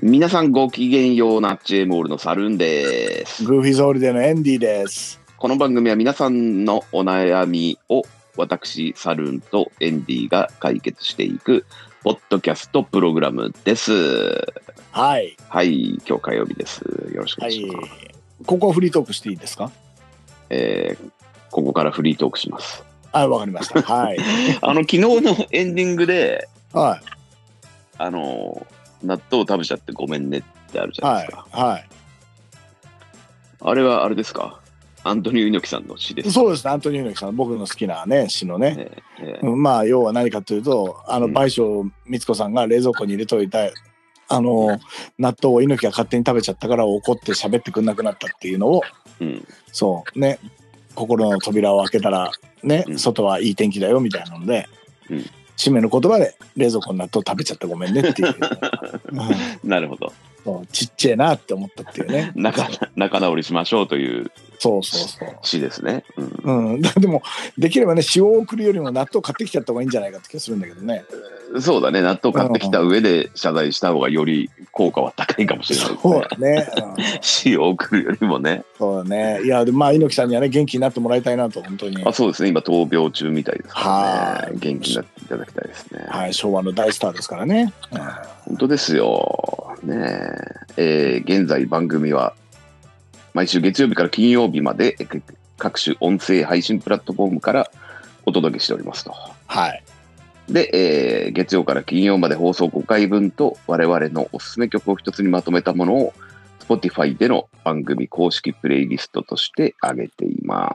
皆さんごきげんよう、ナッチエモールのサルーンです。 グーフィーズホリデーのエンディです。 この番組は皆さんのお悩みを私サルーンとエンディが解決していくポッドキャストプログラムです。 はい。 はい、今日火曜日です。よろしくお願いします。 はい、ここはフリートークしていいですか？ ここからフリートークします。 はい、わかりました。はい。 昨日のエンディングで、 はい。 納豆食べちゃってごめんねってあるじゃないですか。 はい。はい。 あれはあれですか？アントニオ猪木さんの詩ですか？ そうですね。アントニオ猪木さん、僕の好きなね、詩のね。まあ、要は何かというと、倍賞光子さんが冷蔵庫に入れといた、納豆を猪木が勝手に食べちゃったから怒って喋ってくんなくなったっていうのを、そうね、心の扉を開けたらね、外はいい天気だよみたいなので、締めの言葉で冷蔵庫の納豆食べちゃってごめんねっていう。 なるほど。 ちっちゃいなって思ったっていうね。 仲直りしましょうという詩ですね。 でもできればね、塩を送るよりも納豆買ってきちゃった方がいいんじゃないかって気がするんだけどね。 そうだね、納豆買ってきた上で謝罪した方がより効果は高いかもしれないですね。そうだね。塩を送るよりもね。 そうだね。いや、でまあ猪木さんにはね、元気になってもらいたいなと、本当に。 そうですね、今闘病中みたいですからね。元気になっていただきたいですね。 はい、昭和の大スターですからね。 本当ですよ。ねえ。現在番組は毎週月曜日から金曜日まで各種音声配信プラットフォームからお届けしておりますと。 はい。 で、月曜から金曜まで放送5回分と我々のおすすめ曲を一つにまとめたものを Spotify での番組公式プレイリストとして上げています。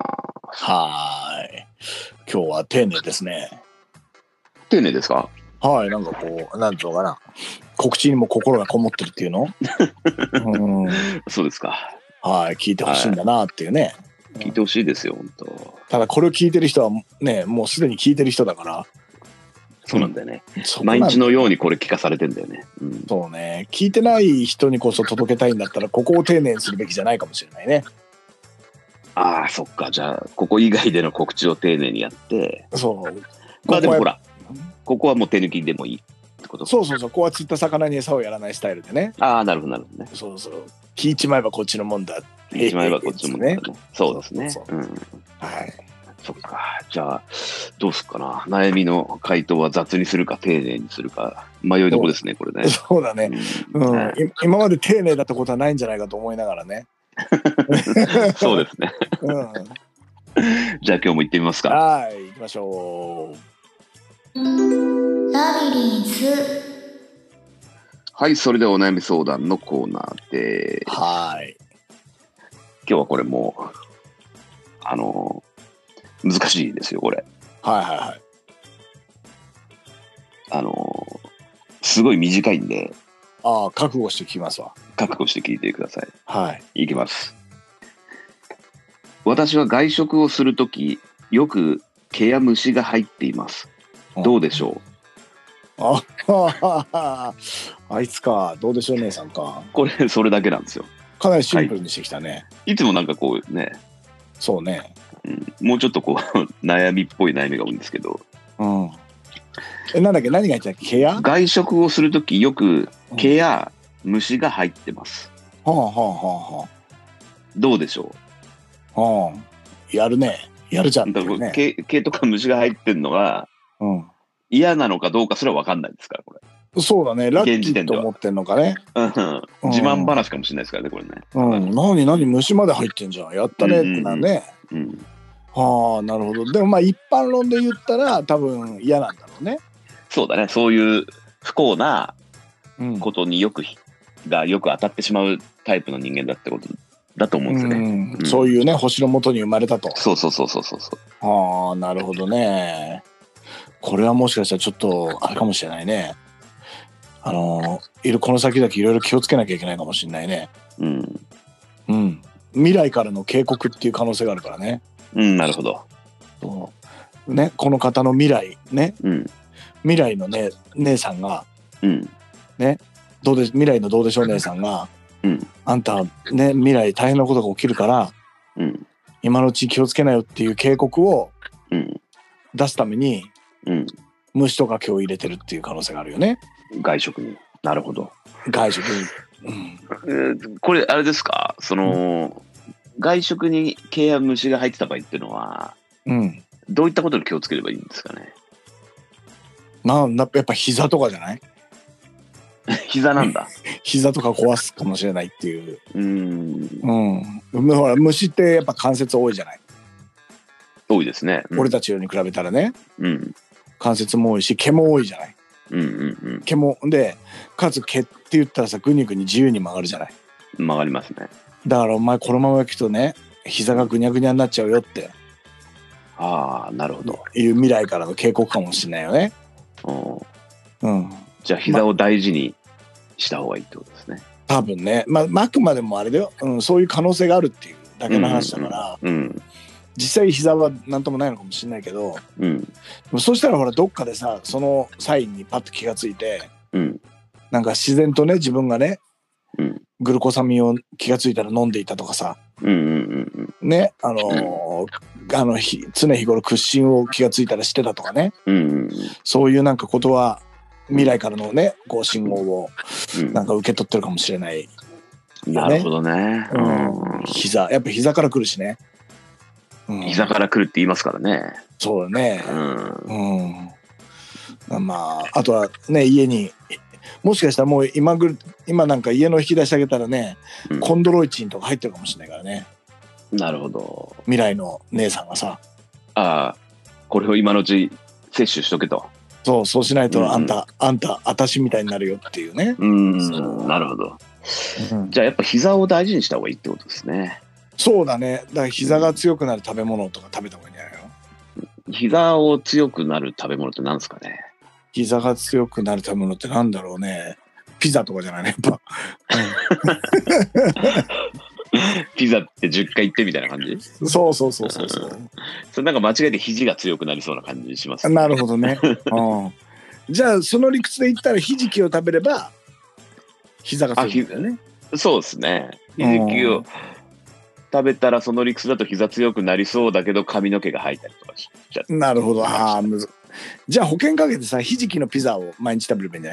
はい。今日は丁寧ですね。 丁寧ですか？ はい、なんかこう、なんていうのかな。告知にも心がこもってるっていうの？ そうですか。 はい、聞いてほしいんだなっていうね。 聞いてほしいですよ、本当。 ただこれを聞いてる人はね、もうすでに聞いてる人だから。 そうなんだよね。毎日のようにこれ聞かされてんだよね。 そうね。聞いてない人にこそ届けたいんだったら、ここを丁寧にするべきじゃないかもしれないね。 そっか。じゃあ、ここ以外での告知を丁寧にやって。 そう。 まあでもほら、ここはもう手抜きでもいいってこと。 そう。ここは釣った魚に餌をやらないスタイルでね。 なるほどね。 そう。聞いちまえばこっちのもんだ。 聞いちまえばこっちのもんだね。そうですね。 はい。 そっか。じゃあ、どうすっかな。悩みの回答は雑にするか、丁寧にするか、迷いどこですね、これね。 そうだね。今まで丁寧だったことはないんじゃないかと思いながらね。 そうですね。じゃあ今日も行ってみますか。 はい、行きましょう。 ラビリンス。 はい、それではお悩み相談のコーナーです。 はい。 今日はこれも難しいですよ、これ。 はい。 すごい短いんで。 覚悟して聞きますわ。 覚悟して聞いてください。 はい。 いきます。私は外食をするとき、よく毛や虫が入っています。どうでしょう？ あいつか。どうでしょう、姉さんか。 これ、それだけなんですよ。 かなりシンプルにしてきたね。 いつもなんかこうね。 そうね。 もうちょっとこう悩みっぽい悩みが多いんですけど。 なんだっけ、何が入ってたっけ？毛や？ 外食をするときよく毛や虫が入ってます。どうでしょう？やるね。やるじゃん、 ね。毛とか虫が入ってるのが嫌なのかどうかすら分かんないですからこれ。 そうだね。ラッキーと思ってんのかね。 自慢話かもしれないですからね、これね。 何虫まで入ってんじゃん。やったねってなるね。なるほど。でもまあ一般論で言ったら多分嫌なんだろうね。 そうだね。そういう不幸なことによく当たってしまうタイプの人間だってことだと思うんですよね。 そういうね、星の元に生まれたと。 そう。 なるほどね。これはもしかしたらちょっとあれかもしれないね。この先々いろいろ気をつけなきゃいけないかもしれないね。未来からの警告っていう可能性があるからね。 なるほど。 ね、この方の未来ね、未来のね姉さんが、ね、未来のどうでしょう姉さんが、あんたね未来大変なことが起きるから、今のうち気をつけなよっていう警告を出すために、虫とか毛を入れてるっていう可能性があるよね。 外食に。 なるほど。 外食に。 これ、あれですか、外食に毛や虫が入ってた場合っていうのは、どういったことに気をつければいいんですかね。 やっぱ膝とかじゃない？ 膝なんだ。 膝とか壊すかもしれないっていう。ほら虫ってやっぱ関節多いじゃない。 多いですね。 俺たちよりに比べたらね。関節も多いし毛も多いじゃない。毛もでかつ毛って言ったらさ、ぐにぐに自由に曲がるじゃない。 曲がりますね。 だからお前このまま行くとね、膝がぐにゃぐにゃになっちゃうよって。 ああ、なるほど。 いう未来からの警告かもしれないよね。 じゃあ膝を大事にした方がいいってことですね。 多分ね。あくまでもあれだよ、そういう可能性があるっていうだけの話だから、実際膝は何ともないのかもしれないけど、そしたらほらどっかでさ、そのサインにパッと気がついて、なんか自然とね、自分がね、グルコサミンを気がついたら飲んでいたとかさ、ね、常日頃屈伸を気がついたらしてたとかね、そういうなんかことは未来からのね、こう信号をなんか受け取ってるかもしれない、 なるほどね。 やっぱ膝から来るしね。 膝から来るって言いますからね。 そうだね。あとはね、家にもしかしたらもう今なんか家の引き出し上げたらね、コンドロイチンとか入ってるかもしれないからね。 なるほど。 未来の姉さんがさ、 これを今のうち摂取しとけと。 そうしないとあんた私みたいになるよっていうね。 なるほど。じゃあやっぱ膝を大事にした方がいいってことですね。 そうだね。だから膝が強くなる食べ物とか食べた方がいいんじゃないの？ 膝を強くなる食べ物って何ですかね？ 膝が強くなる食べ物ってなんだろうね。ピザとかじゃないね、やっぱ。 ピザって10回言ってみたいな感じ？ そう。 それなんか間違えて肘が強くなりそうな感じしますね。 なるほどね。じゃあその理屈で言ったらひじきを食べれば膝が強くなるんだよね。そうですね。 ひじきを食べたらその理屈だと膝強くなりそうだけど髪の毛が生えたりとかしちゃって。 なるほど。じゃあ保険かけてさ、ひじきのピザを毎日食べればいいんじゃない？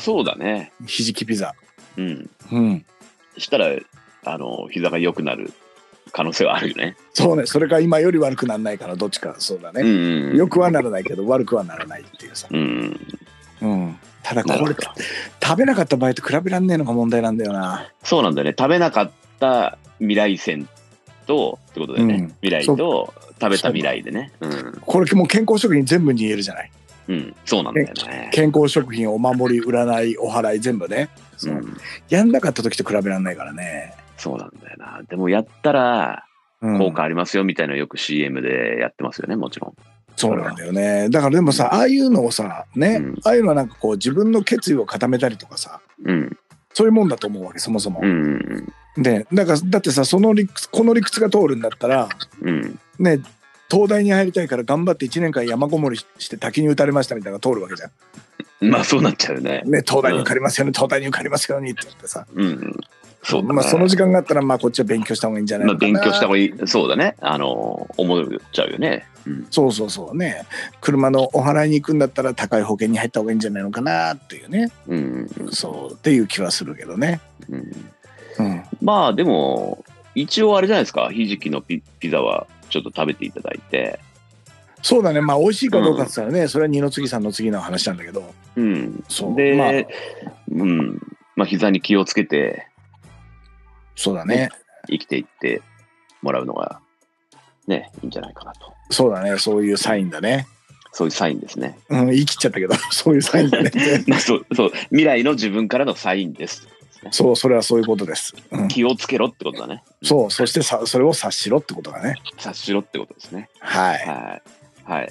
そうだね。ひじきピザ。 したら膝が良くなる可能性はあるよね。 そうね。それか今より悪くならないからどっちか。そうだね。よくはならないけど悪くはならないっていうさ。ただこれ食べなかった場合と比べらんねえのが問題なんだよな。 そうなんだよね。食べなかった未来線とってことだよね。未来と食べた未来でね。 これもう健康食品全部に言えるじゃない。 そうなんだよね。 健康食品、お守り、占い、お祓い全部ね。やんなかった時と比べらんないからね。 そうなんだよな。でもやったら効果ありますよみたいなのよく CM でやってますよね、もちろん。 そうなんだよね。だからでもさ、ああいうのをさね、ああいうのはなんかこう自分の決意を固めたりとかさ、そういうもんだと思うわけ、そもそも。でだってさ、この理屈が通るんだったら、ね、東大に入りたいから頑張って1年間山ごもりして滝に打たれましたみたいなのが通るわけじゃん。 まあそうなっちゃうよね。 東大に受かりますように、東大に受かりますようにって言ってさ。その時間があったらこっちは勉強した方がいいんじゃないかな。勉強した方がいい。そうだね。思っちゃうよね。そうね。車のお祓いに行くんだったら高い保険に入った方がいいんじゃないのかなっていうね。そうっていう気はするけどね。まあでも一応あれじゃないですか。ひじきのピザはちょっと食べていただいて。 そうだね。美味しいかどうかって言ったらね、それは二の次三の次の話なんだけど。 で、膝に気をつけて。そうだね。生きていってもらうのがね、いいんじゃないかなと。そうだね。そういうサインだね。そういうサインですね。言い切っちゃったけど、そういうサインだね。そう未来の自分からのサインです。そう、それはそういうことです。気をつけろってことだね。そしてそれを察しろってことだね。察しろってことですね。はい、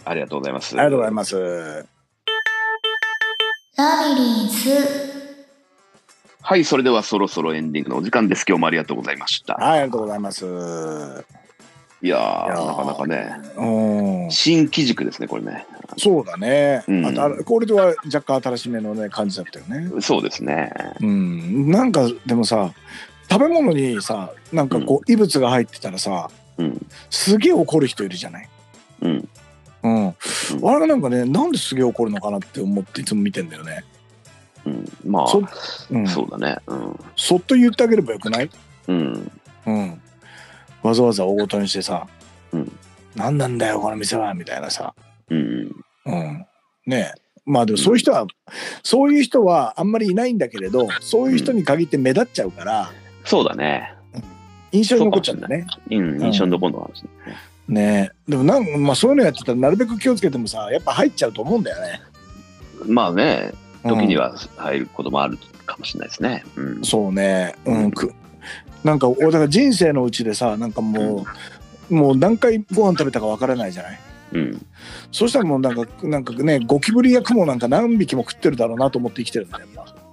ありがとうございます。ありがとうございます。ラビリンス。はい、それではそろそろエンディングのお時間です。今日もありがとうございました。はい、ありがとうございます。いやー、なかなかね、新機軸ですね、これね。そうだね。これでは若干新しめのね、感じだったよね。そうですね。なんかでもさ、食べ物にさ、なんかこう異物が入ってたらさ、すげえ怒る人いるじゃない。あれがなんかね、なんですげえ怒るのかなって思っていつも見てんだよね。 まあうん、 そうだね。 そっと言ってあげればよくない？ うん。 わざわざ大ごとにしてさ、 うん何なんだよこの店はみたいなさ。ねえ。まあでもそういう人はあんまりいないんだけれど、そういう人に限って目立っちゃうから、 そうだね。 印象に残っちゃうんだね。 印象に残るのかもしれないね。でもまあそういうのやってたらなるべく気をつけてもさ、やっぱ入っちゃうと思うんだよね。 まあね、時には入ることもあるかもしれないですね。 そうね。なんか俺だから人生のうちでさ、なんかもう何回ご飯食べたかわからないじゃない。そうしたらもうなんかね、ゴキブリやクモなんか何匹も食ってるだろうなと思って生きてるんだよ。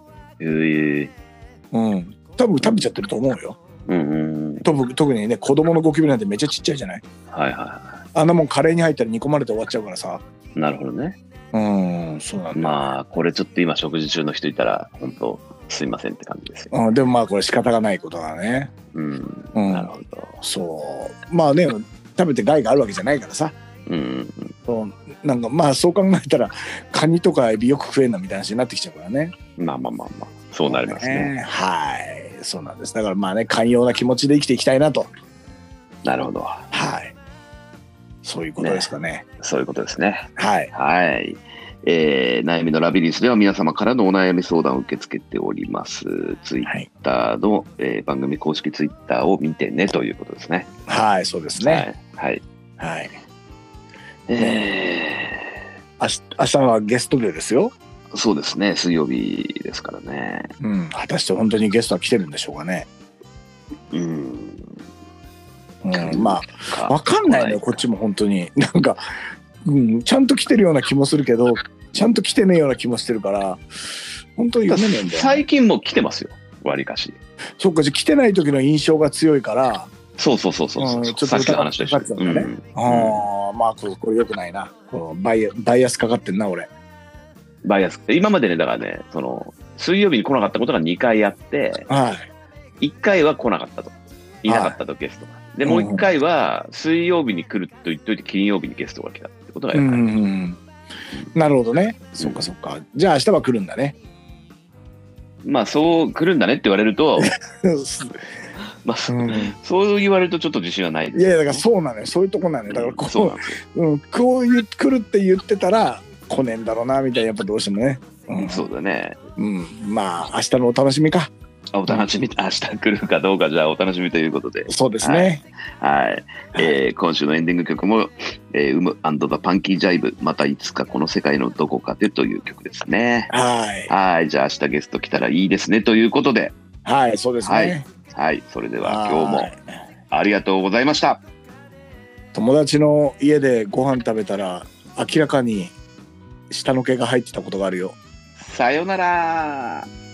多分食べちゃってると思うよ。特にね、子供のゴキブリなんてめっちゃちっちゃいじゃない。あんなもんカレーに入ったら煮込まれて終わっちゃうからさ。 なるほどね。 そうなんだ。 まあこれちょっと今食事中の人いたら本当すいませんって感じですよ。 でもまあこれ仕方がないことだね。 なるほど。 そうまあね、食べて害があるわけじゃないからさ。なんかまあそう考えたらカニとかエビよく食えんなみたいな話になってきちゃうからね。 まあそうなりますね。 はい、そうなんです。だからまあね、寛容な気持ちで生きていきたいなと。 なるほど。 はい、そういうことですかね。 そういうことですね。 はい。 悩みのラビリンスでは皆様からのお悩み相談を受け付けております。ツイッターの、番組公式ツイッターを見てねということですね。 はい、そうですね。 はい。 明日はゲストデーですよ。 そうですね、水曜日ですからね。 果たして本当にゲストは来てるんでしょうかね。まあ分かんないのよ、こっちも本当に。なんか、ちゃんと来てるような気もするけど、ちゃんと来てねえような気もしてるから、本当に読めねえんだよ。 最近も来てますよ、わりかし。 そっか、じゃあ来てない時の印象が強いから。 そうちょっとさっきの話でしょ。まあこれ良くないな。バイアスかかってんな俺。 バイアスって今までね、だからね、水曜日に来なかったことが2回あって、1回は来なかったと、いなかったとゲストが。でもう1回は水曜日に来ると言っといて金曜日にゲストが来たってことがやっぱり。 なるほどね。そっか。じゃあ明日は来るんだね。 まあそう来るんだねって言われると。まあそう言われるとちょっと自信はないです、 いやだからそうなのよ、そういうとこなのよ。だからこういう来るって言ってたら来ねえんだろうなみたいな、やっぱどうしてもね。 そうだね。 まあ明日のお楽しみか。 お楽しみ、明日来るかどうか、じゃあお楽しみということで。 そうですね。 今週のエンディング曲もウム&ザ・パンキー・ジャイブ、またいつかこの世界のどこかでという曲ですね。じゃあ明日ゲスト来たらいいですねということで。 そうですね。 それでは今日もありがとうございました。 友達の家でご飯食べたら明らかに下の毛が入ってたことがあるよ。 さよなら。